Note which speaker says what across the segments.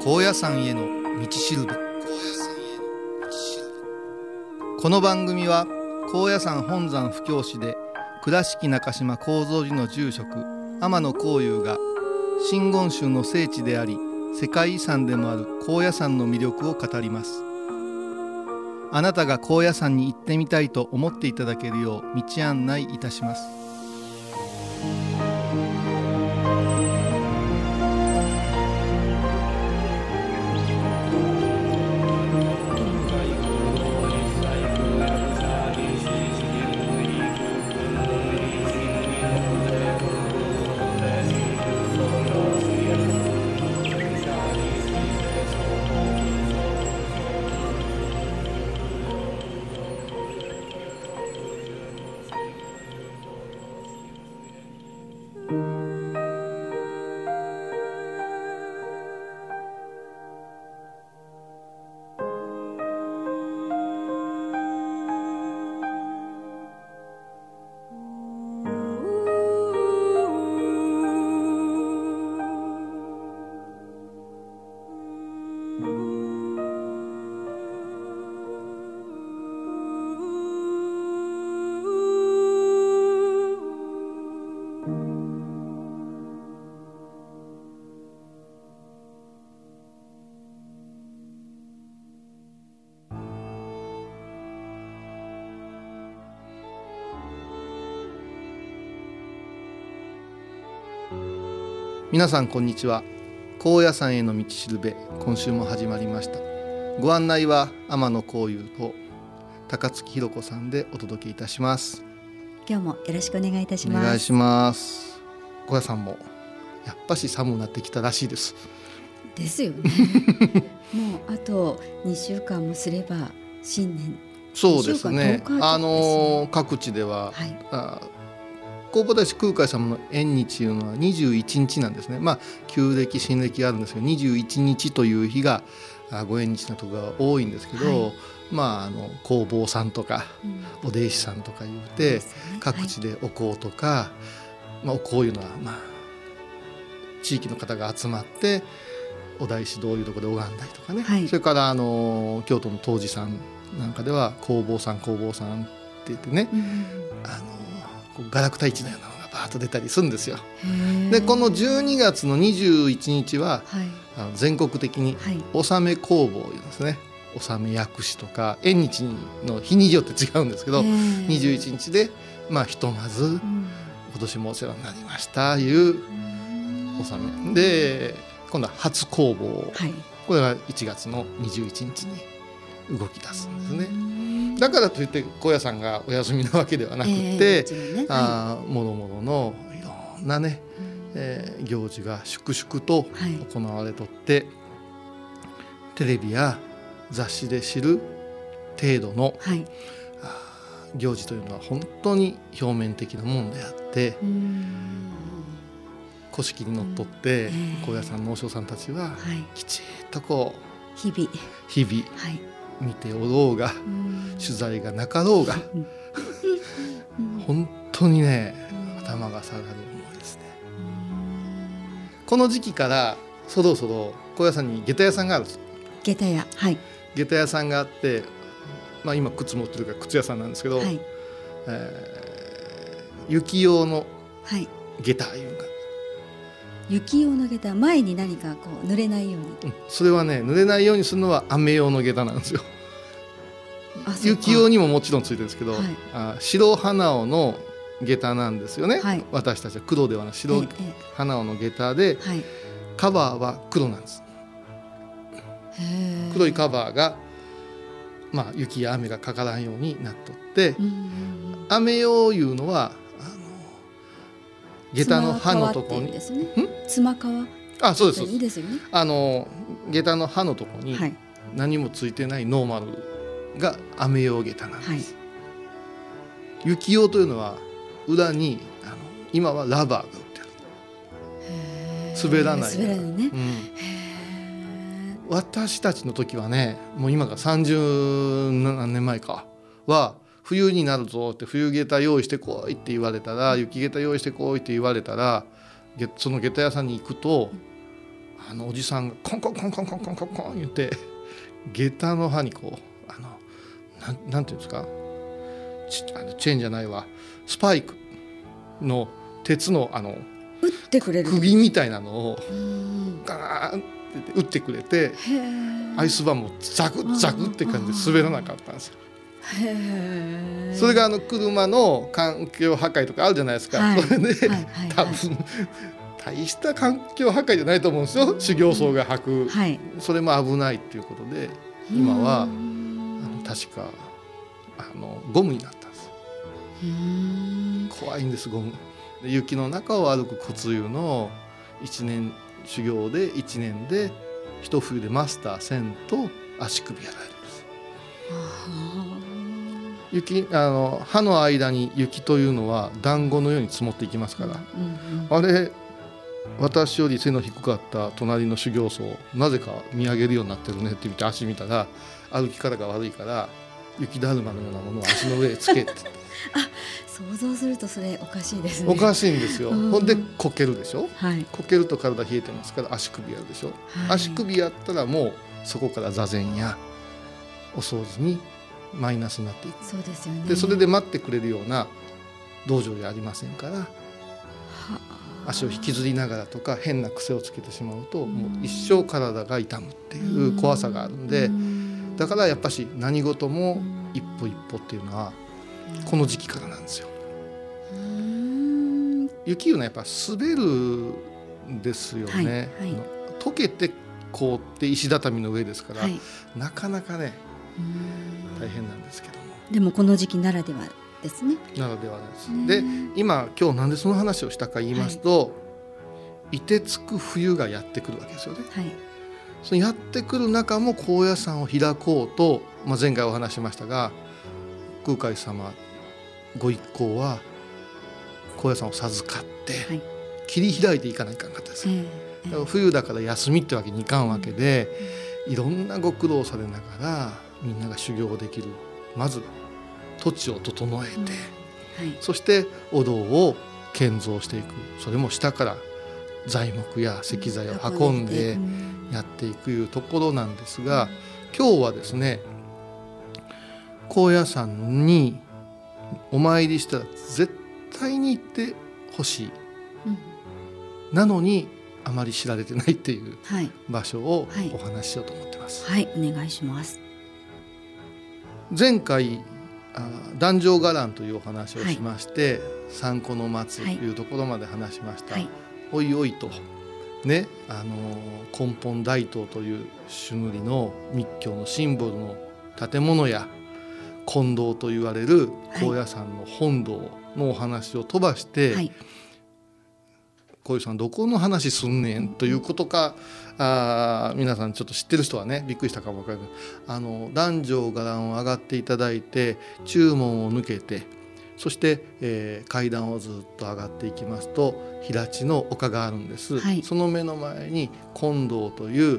Speaker 1: 高野山への道しるべ。この番組は高野山本山布教師で倉敷中島高蔵寺の住職天野幸雄が真言宗の聖地であり世界遺産でもある高野山の魅力を語ります。あなたが高野山に行ってみたいと思っていただけるよう道案内いたします。皆さんこんにちは。高野山への道しるべ、今週も始まりました。ご案内は天野幸雄と高槻ひろ子さんでお届けいたします。
Speaker 2: 今日もよろしくお願いいたします。
Speaker 1: お願いします。高野山もやっぱし寒くなってきたらしいです。
Speaker 2: ですよねもうあと2週間もすれば新年。
Speaker 1: そうですね。
Speaker 2: ですね。
Speaker 1: 各地では、弘法大師空海様の縁日というのは21日なんですね。旧暦新暦があるんですけど21日という日がご縁日のところが多いんですけど、弘法さんとか、お弟子さんとか言って、各地でお香とか、お香いうのは、地域の方が集まってお大師どういうところで拝んだりとかね、それから京都の東寺さんなんかでは弘法さんって言ってね、ガラクタ市のようなのがバーッと出たりするんですよ。でこの12月の21日は、全国的に納め弘法いうんですね。納め薬師とか縁日の日によって違うんですけど、21日でひとまず、今年もお世話になりましたいう納めで、今度は初弘法、これが1月の21日に動き出すんですね。だからといって高野山がお休みなわけではなくて、もろもろのいろんなね、行事が粛々と行われとって、テレビや雑誌で知る程度の、行事というのは本当に表面的なものであって、古式にのっとって、高野山の和尚さんたちは、きちっと日々見ておろうが、取材がなかろうが本当にね、頭が下がる思いですね。この時期からそろそろ高野山に下駄屋さんがあるんです。
Speaker 2: 下駄屋、
Speaker 1: 下駄屋さんがあって、今靴持ってるから靴屋さんなんですけど、雪用の下駄いうのが、
Speaker 2: 雪用の下駄、前に何か濡れないように、
Speaker 1: それはね、濡れないようにするのは雨用の下駄なんですよ。雪用にももちろんついてるんですけど、白花尾の下駄なんですよね。私たちは黒ではなく白花尾の下駄で、カバーは黒なんです。黒いカバーが、雪や雨がかからんようになっとって、雨用いうのは下駄の刃のところに、
Speaker 2: つま革、
Speaker 1: そうです、
Speaker 2: いいですよね。
Speaker 1: 下駄の刃のところに何もついてないノーマルが雨用下駄なんです。雪用というのは裏に今はラバーが売ってる。滑らないね。私たちの時はね、もう今が30何年前かは冬になるぞって冬下駄用意してこいって言われたら、雪下駄用意してこいって言われたら、その下駄屋さんに行くとおじさんがコンコンコンコンコンコンコンコン言って下駄の刃にこうなんていうんですか、チェーンじゃないわ、スパイクの鉄の
Speaker 2: 打ってくれる
Speaker 1: 釘みたいなのをガーンって打ってくれて、アイスバーンもザクザクって感じで滑らなかったんですよ。それが車の環境破壊とかあるじゃないですか、
Speaker 2: はい、
Speaker 1: それで、
Speaker 2: はい
Speaker 1: 多分大した環境破壊じゃないと思うんですよ、修行僧が履く、
Speaker 2: はい、そ
Speaker 1: れも危ないっていうことで今は確かゴムになったんです。怖いんです、ゴム。雪の中を歩く苦痛の1年修行で1年で一冬でマスターせんと足首やられるんです。歯の間に雪というのは団子のように積もっていきますから、あれ私より背の低かった隣の修行僧なぜか見上げるようになってるねって見て足見たら歩き方が悪いから雪だるまのようなものを足の上へつけて
Speaker 2: 想像するとそれおかしいですね。
Speaker 1: おかしいんですよ。ほんでこけるでしょ、
Speaker 2: はい、
Speaker 1: こけると体冷えてますから足首やるでしょ、はい、足首やったらもうそこから座禅やお掃除にマイナスになっていく。
Speaker 2: そうですよね。
Speaker 1: でそれで待ってくれるような道場じゃありませんから、足を引きずりながらとか変な癖をつけてしまうともう一生体が痛むっていう怖さがあるんで、だからやっぱし何事も一歩一歩っていうのはこの時期からなんですよ。雪いうのはやっぱ滑るんですよね、はいはい、溶けて凍って石畳の上ですから、はい、なかなかね大変なんですけども、
Speaker 2: でもこの時期ならではですね。
Speaker 1: ならではです。で今日なんでその話をしたか言いますと、凍てつく冬がやってくるわけですよね、はい、そのやってくる中も高野山を開こうと、前回お話しましたが空海様ご一行は高野山を授かって、切り開いていかないかんかったです、だから冬だから休みってわけにいかんわけで、いろんなご苦労されながらみんなが修行できるまず土地を整えて、そしてお堂を建造していく。それも下から材木や石材を運んでやっていくいうところなんですが、今日はですね高野山にお参りしたら絶対に行ってほしい、なのにあまり知られてないっていう場所をお話ししようと思ってます。
Speaker 2: はい、お願いします。
Speaker 1: 前回壇上伽藍というお話をしまして、三顧の松というところまで話しました、おいおいとね、根本大塔という朱塗りの密教のシンボルの建物や金堂と言われる高野山の本堂のお話を飛ばして、高野山どこの話すんねんということか、皆さんちょっと知ってる人はねびっくりしたかも分からない。壇上伽藍を上がっていただいて中門を抜けて、そして、階段をずっと上がっていきますと平地の丘があるんです、その目の前に金堂という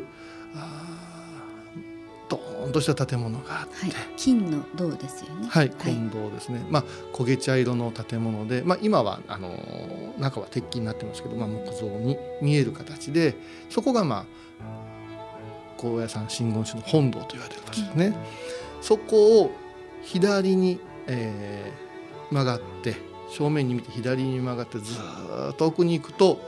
Speaker 1: ドーンとした建物があって、
Speaker 2: 金の銅ですよね。
Speaker 1: 金堂ですね、焦げ茶色の建物で、今は中は鉄筋になってますけど、木造に見える形で、そこが高野山真言宗の本堂と言われる場所ですね、そこを左に、曲がって正面に見て左に曲がってずっと奥に行くと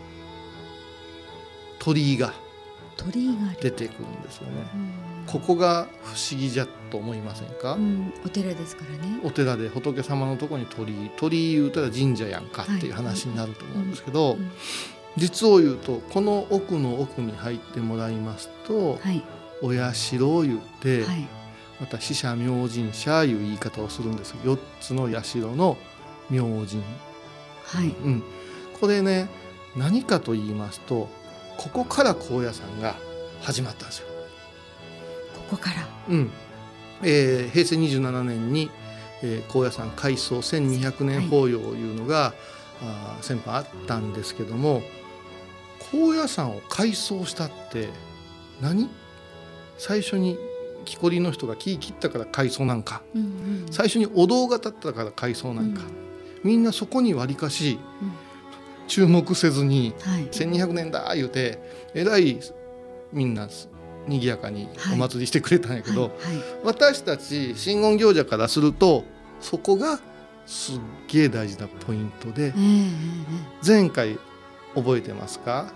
Speaker 1: 鳥居が出てくるんですよね。ここが不思議じゃと思いませんか？
Speaker 2: お寺ですからね。
Speaker 1: お寺で仏様のところに鳥居言うたら神社やんかっていう話になると思うんですけど、実を言うとこの奥の奥に入ってもらいますと、お社を言って、また四社明神社いう言い方をするんです。4つの社の明神、これね何かと言いますと、ここから高野山が始まったんですよ。
Speaker 2: ここから、
Speaker 1: 平成27年に、高野山開創1200年法要いうのが、先般あったんですけども、高野山を改装したって何？最初に木こりの人が木切ったから改装なんか、最初にお堂が建ったから改装なんか、みんなそこにわりかし、 注目せずに、
Speaker 2: はい、
Speaker 1: 1200年だ言うてえらいみんな賑やかにお祭りしてくれたんやけど、
Speaker 2: はいはいはい、
Speaker 1: 私たち真言行者からするとそこがすっげえ大事なポイントで、前回覚えてますか？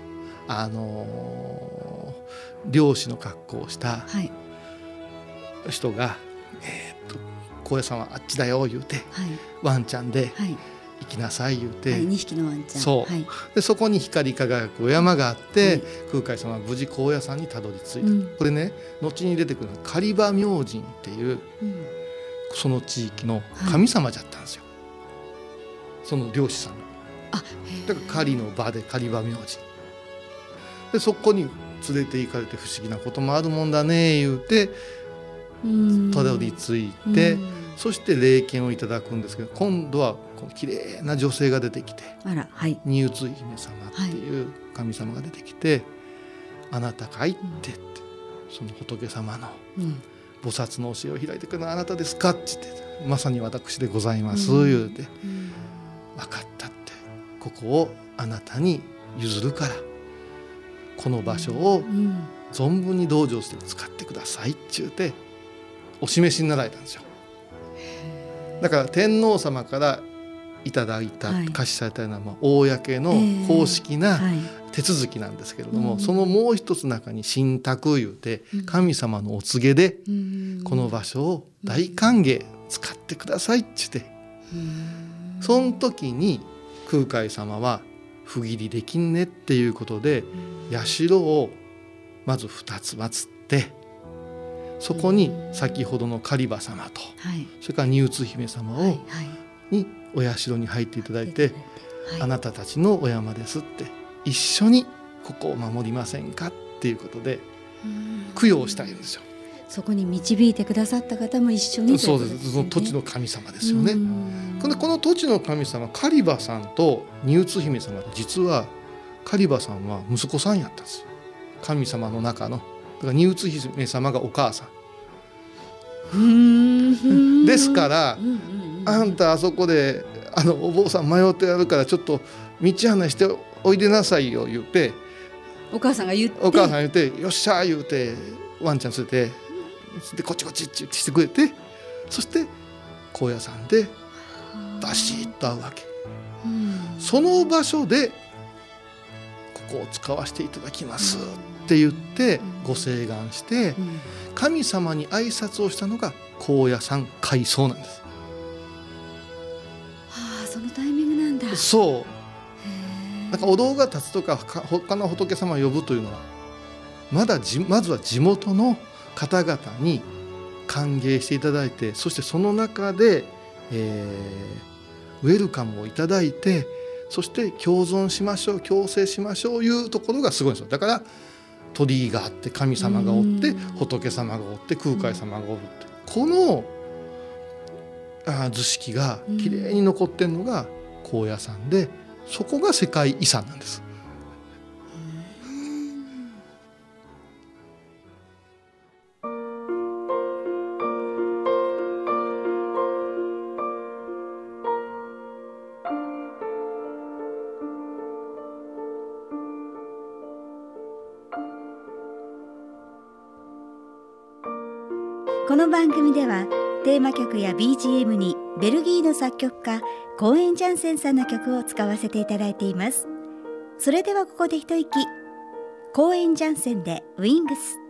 Speaker 1: 漁師の格好をした人が、高野山はあっちだよ言うて、はい、ワンちゃんで行きなさい言うて、
Speaker 2: はい、2匹のワンちゃん、
Speaker 1: そう、
Speaker 2: はい、
Speaker 1: でそこに光り輝くお山があって、はい、空海様は無事高野山にたどり着いた、これね後に出てくるのは狩場明神っていう、その地域の神様じゃったんですよ、その漁師さんが。だから狩りの場で狩場明神で、そこに連れて行かれて不思議なこともあるもんだね言うてたどり着いて、そして霊験をいただくんですけど、今度はこの綺麗な女性が出てきて、二宇津姫様っていう神様が出てきて、あなたかいって言って、その仏様の菩薩の教えを開いてくれるのはあなたですかって言って、まさに私でございます言うて、分かったって、ここをあなたに譲るからこの場所を存分に道場して使ってくださいって言ってお示しになられたんですよ。だから天皇様からいただいた、貸しされたような、公の公式な手続きなんですけれども、そのもう一つ中に神託言うて、神様のお告げでこの場所を大歓迎使ってくださいって言って、その時に空海様は不義理できんねっていうことで社をまず2つ祀って、そこに先ほどの狩場様と、それから二宇津姫様をにお社に入っていただいて、あなたたちのお山ですって、一緒にここを守りませんかっていうことで供養したいんですよ。
Speaker 2: そこに導いてくださった方も一緒に、
Speaker 1: そうです、その土地の神様ですよね。この土地の神様狩場さんと二宇津姫様、実は狩場さんは息子さんやったんです。神様の中の、だから二宇津姫様がお母さんですから、あんたあそこでお坊さん迷ってやるからちょっと道案内しておいでなさいよ言うて、
Speaker 2: お母さんが言って、
Speaker 1: よっしゃー言うてワンちゃん連れてでこっちこっちって言ってしてくれて、そして高野山でバシッと会うわけ。その場所でここを使わせていただきますって言ってご請願して、神様に挨拶をしたのが高野山開葬なんです。
Speaker 2: そのタイミングなんだ。
Speaker 1: そう。なんかお堂が立つとか他の仏様を呼ぶというのはまずは地元の方々に歓迎していただいて、そしてその中で、ウェルカムをいただいて、そして共存しましょう、共生しましょういうところがすごいんですよ。だから鳥居があって神様がおって仏様がおって空海様がおるって、この図式がきれいに残ってるのが高野山で、そこが世界遺産なんです。
Speaker 2: この番組ではテーマ曲や BGM にベルギーの作曲家コーエン・ジャンセンさんの曲を使わせていただいています。それではここで一息、コーエン・ジャンセンでウィングス。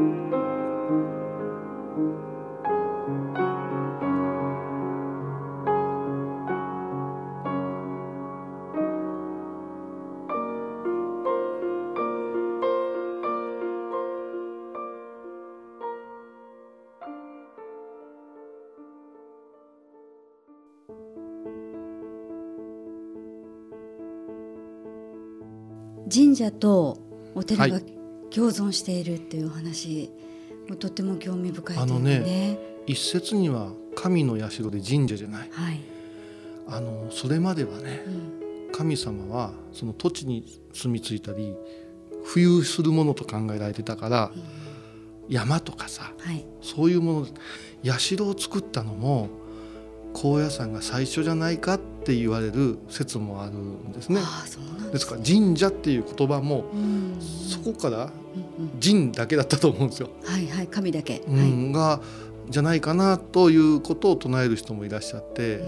Speaker 2: 神社とお寺が共存しているっていうお話、もうとっても興味深いですね。
Speaker 1: 一説には神の社で神社じゃない、
Speaker 2: はい、
Speaker 1: それまではね、神様はその土地に住み着いたり浮遊するものと考えられてたから、山とかさ、
Speaker 2: はい、そう
Speaker 1: いうもの、社を作ったのも高野山が最初じゃないかって言われる説もあるんですね。ですから神社っていう言葉もそこから神だけだったと思うんですよ。
Speaker 2: はいはい、神だけ、
Speaker 1: がじゃないかなということを唱える人もいらっしゃって、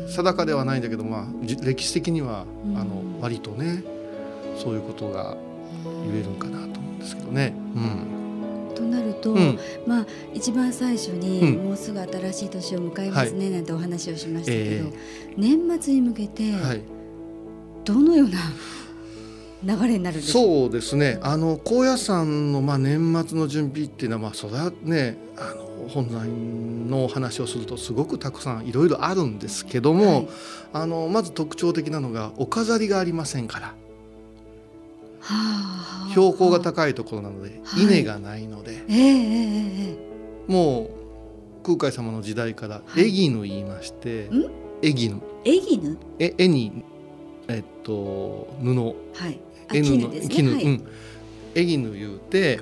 Speaker 1: 定かではないんだけど、歴史的には割とねそういうことが言えるんかなと思うんですけどね。
Speaker 2: となると、一番最初にもうすぐ新しい年を迎えますねなんてお話をしましたけど、年末に向けてどのような流れになるんですか？
Speaker 1: そうですね、高野山の年末の準備っていうのは、それはね本来のお話をするとすごくたくさんいろいろあるんですけども、まず特徴的なのがお飾りがありませんから。標高が高いところなので、稲がないので、もう空海様の時代から絵絹言いまして、絵絹、絵に布、絹ですね、絵絹言うて、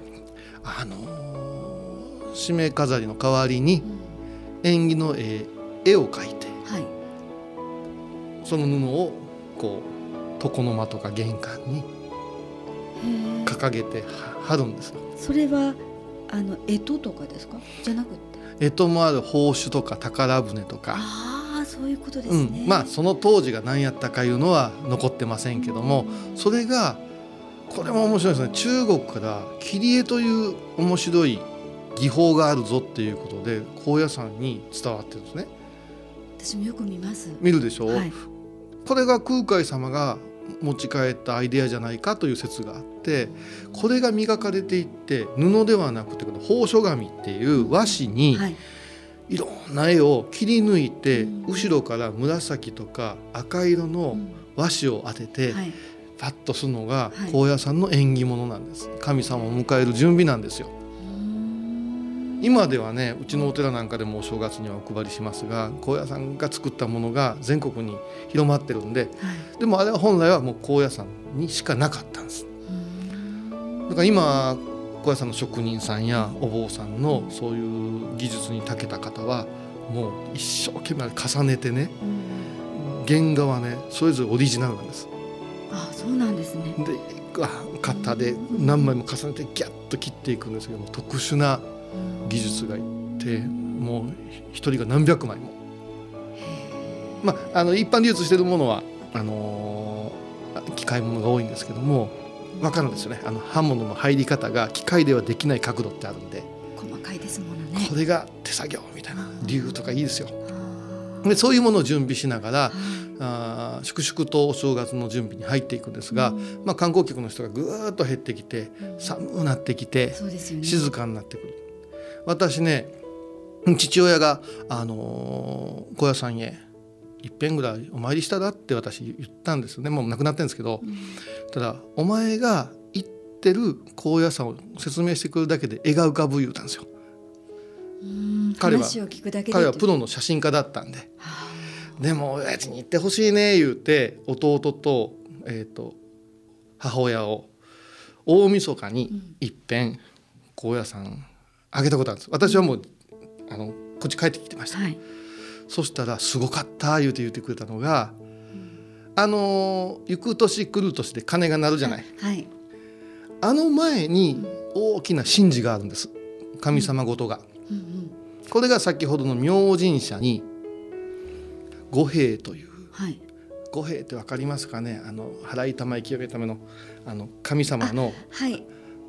Speaker 1: 締め飾りの代わりに縁起の絵を描いて、その布をこう床の間とか玄関に掲げて貼るんですよ。
Speaker 2: それは干支とかですか？じゃなくて、
Speaker 1: 干支もある、宝珠とか宝船とか、
Speaker 2: そういうことですね。
Speaker 1: その当時が何やったかいうのは残ってませんけども、それがこれも面白いですね。中国から切り絵という面白い技法があるぞっていうことで高野山に伝わってるんですね。
Speaker 2: 私もよく見る
Speaker 1: でしょ、これが空海様が持ち帰ったアイデアじゃないかという説があって、これが磨かれていって布ではなくて宝書紙っていう和紙にいろんな絵を切り抜いて、後ろから紫とか赤色の和紙を当ててパッとするのが高野山の縁起物なんです。神様を迎える準備なんですよ。今ではね、うちのお寺なんかでもお正月にはお配りしますが、高野山が作ったものが全国に広まってるんで、でもあれは本来はもう高野山にしかなかったんです。だから今高野山の職人さんやお坊さんのそういう技術に長けた方はもう一生懸命重ねてね、原画はねそれぞれオリジナルなんです。
Speaker 2: そうなんですね。
Speaker 1: で型で何枚も重ねてギャッと切っていくんですけども、特殊な技術がいって、もう一人が何百枚も、一般流通しているものは機械物が多いんですけども、分かるんですよね。刃物の入り方が機械ではできない角度ってあるんで、
Speaker 2: 細かいですものね。こ
Speaker 1: れが手作業みたいな、竜とかいいですよ。でそういうものを準備しながら、粛々とお正月の準備に入っていくんですが、観光客の人がぐーっと減ってきて、寒くなってきて、静かになってくる。私ね、父親が、高野山へいっぺんぐらいお参りしたらって私言ったんですよね。もう亡くなってるんですけど、ただお前が行ってる高野山を説明してくるだけで絵が浮かぶ言うたんですよ。
Speaker 2: 話を聞くだけで。
Speaker 1: 彼はプロの写真家だったんで、でも親父に行ってほしいね言うて、弟と、母親を大晦日にいっぺん高野山あげたことあるんです。私はもうこっち帰ってきてました、そしたらすごかった言うてくれたのが、行く年来る年で鐘が鳴るじゃない、前に大きな神事があるんです。神様ごとが、これが先ほどの明神社に御幣という、御幣って分かりますかね。払い玉清めるための神様の、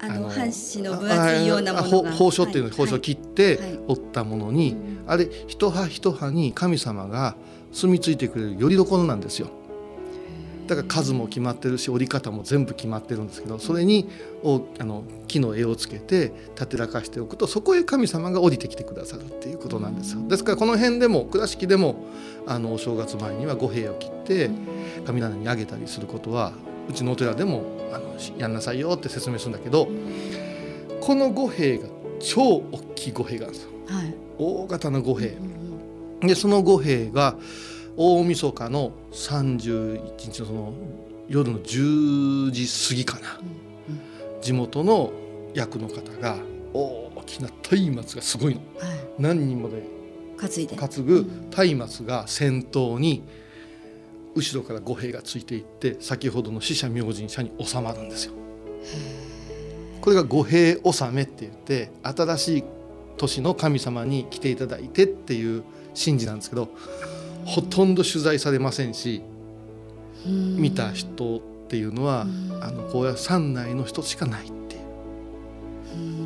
Speaker 2: 半紙の分厚いようなものが
Speaker 1: 宝書っていうの、宝書を切って
Speaker 2: はい
Speaker 1: 折ったものに、あれ一葉一葉に神様が住み着いてくれる拠り所なんですよ。だから数も決まってるし折り方も全部決まってるんですけど、それに木の絵をつけて立てらかしておくと、そこへ神様が降りてきてくださるっていうことなんですよ。ですからこの辺でも倉敷でもお正月前には五幣を切って神棚にあげたりすることはうちのお寺でもやんなさいよって説明するんだけど、この五幣が超大きい五幣があるんですよ、はい、大型の五幣、でその五幣が大晦日の31日のその夜の10時過ぎかな、地元の役の方が大きな松明がすごいの、はい、何人もで担ぐ松明が先頭に後ろから五兵がついていって先ほどの死者明神社に収まるんですよ。これが五兵納めって言って新しい年の神様に来ていただいてっていう神事なんですけど、ほとんど取材されませんし、見た人っていうのは高野山内の人しかないっていう。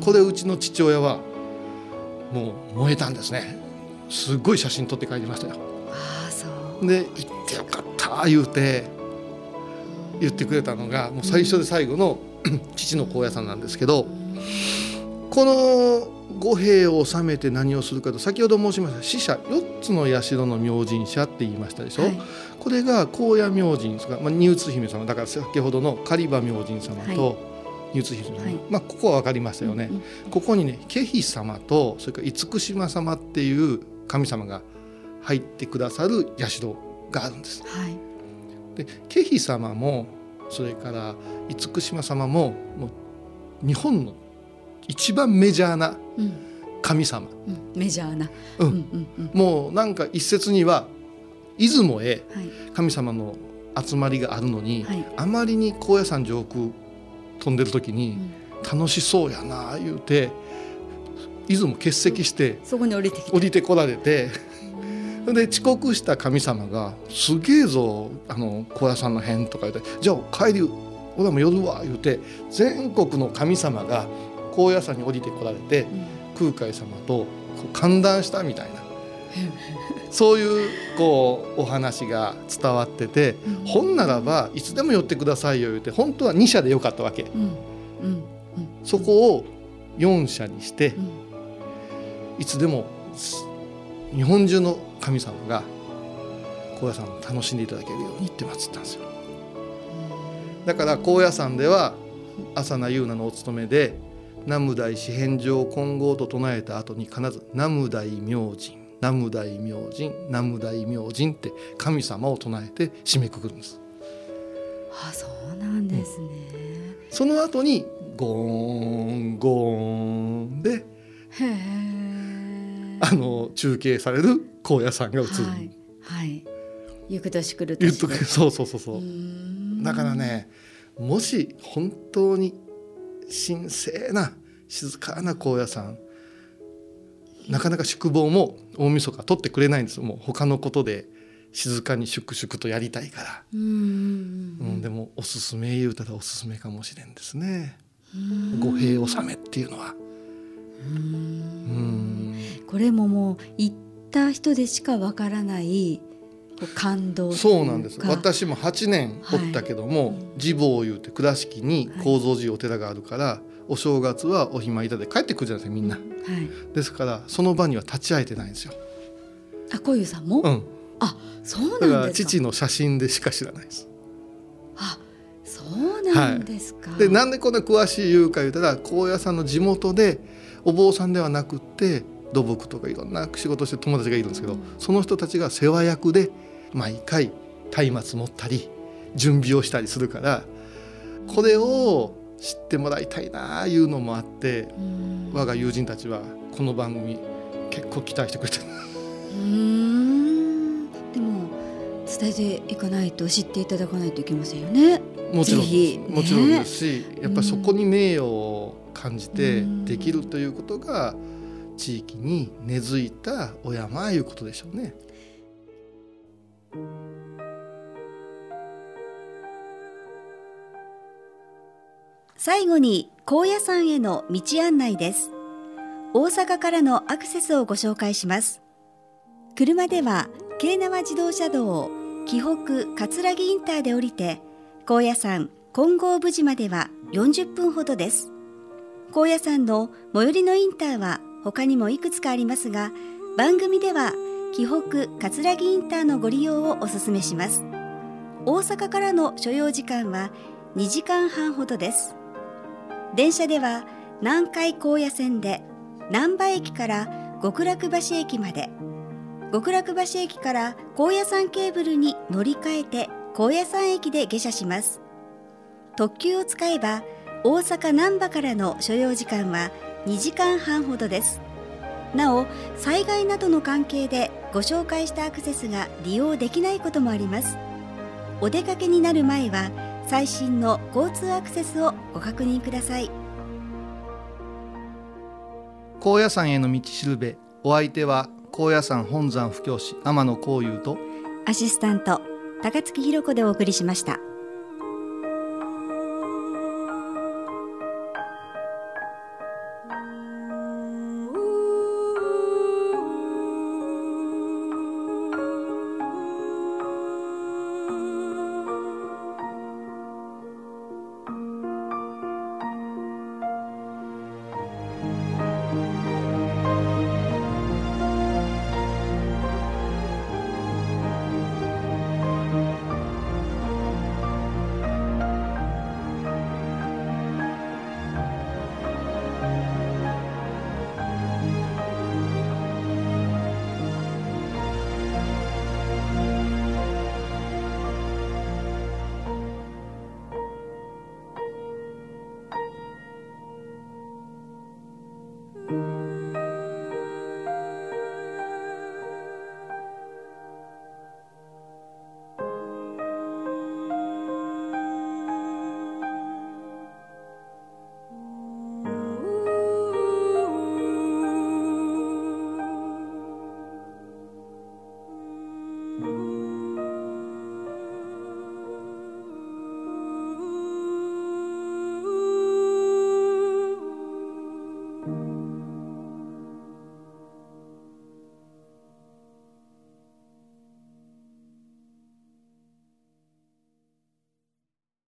Speaker 1: これうちの父親はもう燃えたんですね。すごい写真撮って帰りましたよ。で行ってよかった言ってくれたのがもう最初で最後の父の高野山なんですけど、この五兵を納めて何をするかと、先ほど申しました死者4つの社の明神社って言いましたでしょ、はい、これが高野明神ですが、新津姫様だから先ほどの狩場明神様と新津姫様、はい、ここは分かりましたよね、ここにね気比様とそれから厳島様っていう神様が入ってくださる社があるんです、はい、で気比様もそれから厳島様も、もう日本の一番メジャーな神様、
Speaker 2: メジャーな、
Speaker 1: もうなんか一説には出雲へ神様の集まりがあるのに、はい、あまりに高野山上空飛んでる時に楽しそうやな言うて出雲欠席して
Speaker 2: そこに降り
Speaker 1: てこられてで遅刻した神様がすげえぞ高野山の辺とか言って、じゃあ帰り俺らも寄るわ言うて全国の神様が高野山に降りてこられて、空海様と歓談したみたいなそういうお話が伝わってて、本ならばいつでも寄ってくださいよ言うて、本当は2社でよかったわけ、そこを4社にして、いつでも日本中の神様が高野山を楽しんでいただけるようにって祀ったんですよ。だから高野山では朝名夕名のお勤めで南無大師返上金剛と唱えた後に必ず南無大明神南無大明神南無大明神って神様を唱えて締めくくるんです。
Speaker 2: そうなんですね、
Speaker 1: その後にゴーンゴーンで中継される高野山が映る、
Speaker 2: はいはい、ゆく年来る年で
Speaker 1: そうだからね、もし本当に神聖な静かな高野山、なかなか宿坊も大晦日取ってくれないんです。もう他のことで静かに粛々とやりたいから、でもおすすめ言うたらおすすめかもしれんですね、五兵納めっていうのは。
Speaker 2: これももう行った人でしかわからない感動というか。
Speaker 1: そうなんです。私も8年おったけども、地坊いうて倉敷に高蔵寺お寺があるから、お正月はお暇いたで帰ってくるじゃないですかみんな、ですからその場には立ち会えてないんですよ。
Speaker 2: こういうさんも、そうなんですか。
Speaker 1: だから父の写真でしか知らないです。
Speaker 2: そうなんですか、
Speaker 1: でなんでこんな詳しい言うか言うたら、高野山の地元でお坊さんではなくって土木とかいろんな仕事してる友達がいるんですけど、その人たちが世話役で毎回松明持ったり準備をしたりするから、これを知ってもらいたいないうのもあって、我が友人たちはこの番組結構期待してくれてる。
Speaker 2: でも伝えていかないと、知っていただかないといけませんよね。
Speaker 1: もちろんですし、やっぱりそこに名誉を感じてできるということが地域に根付いたお山いうことでしょうね。
Speaker 2: 最後に高野山への道案内です。大阪からのアクセスをご紹介します。車では京奈和自動車道紀北葛城インターで降りて、高野山金剛富士までは40分ほどです。高野山の最寄りのインターは他にもいくつかありますが、番組では紀北葛城インターのご利用をお勧めします。大阪からの所要時間は2時間半ほどです。電車では南海高野線で難波駅から極楽橋駅まで、極楽橋駅から高野山ケーブルに乗り換えて高野山駅で下車します。特急を使えば大阪難波からの所要時間は2時間半ほどです。なお、災害などの関係でご紹介したアクセスが利用できないこともあります。お出かけになる前は最新の交通アクセスをご確認ください。
Speaker 1: 高野山への道しるべ、お相手は高野山本山布教師天野幸雄と
Speaker 2: アシスタント高槻弘子でお送りしました。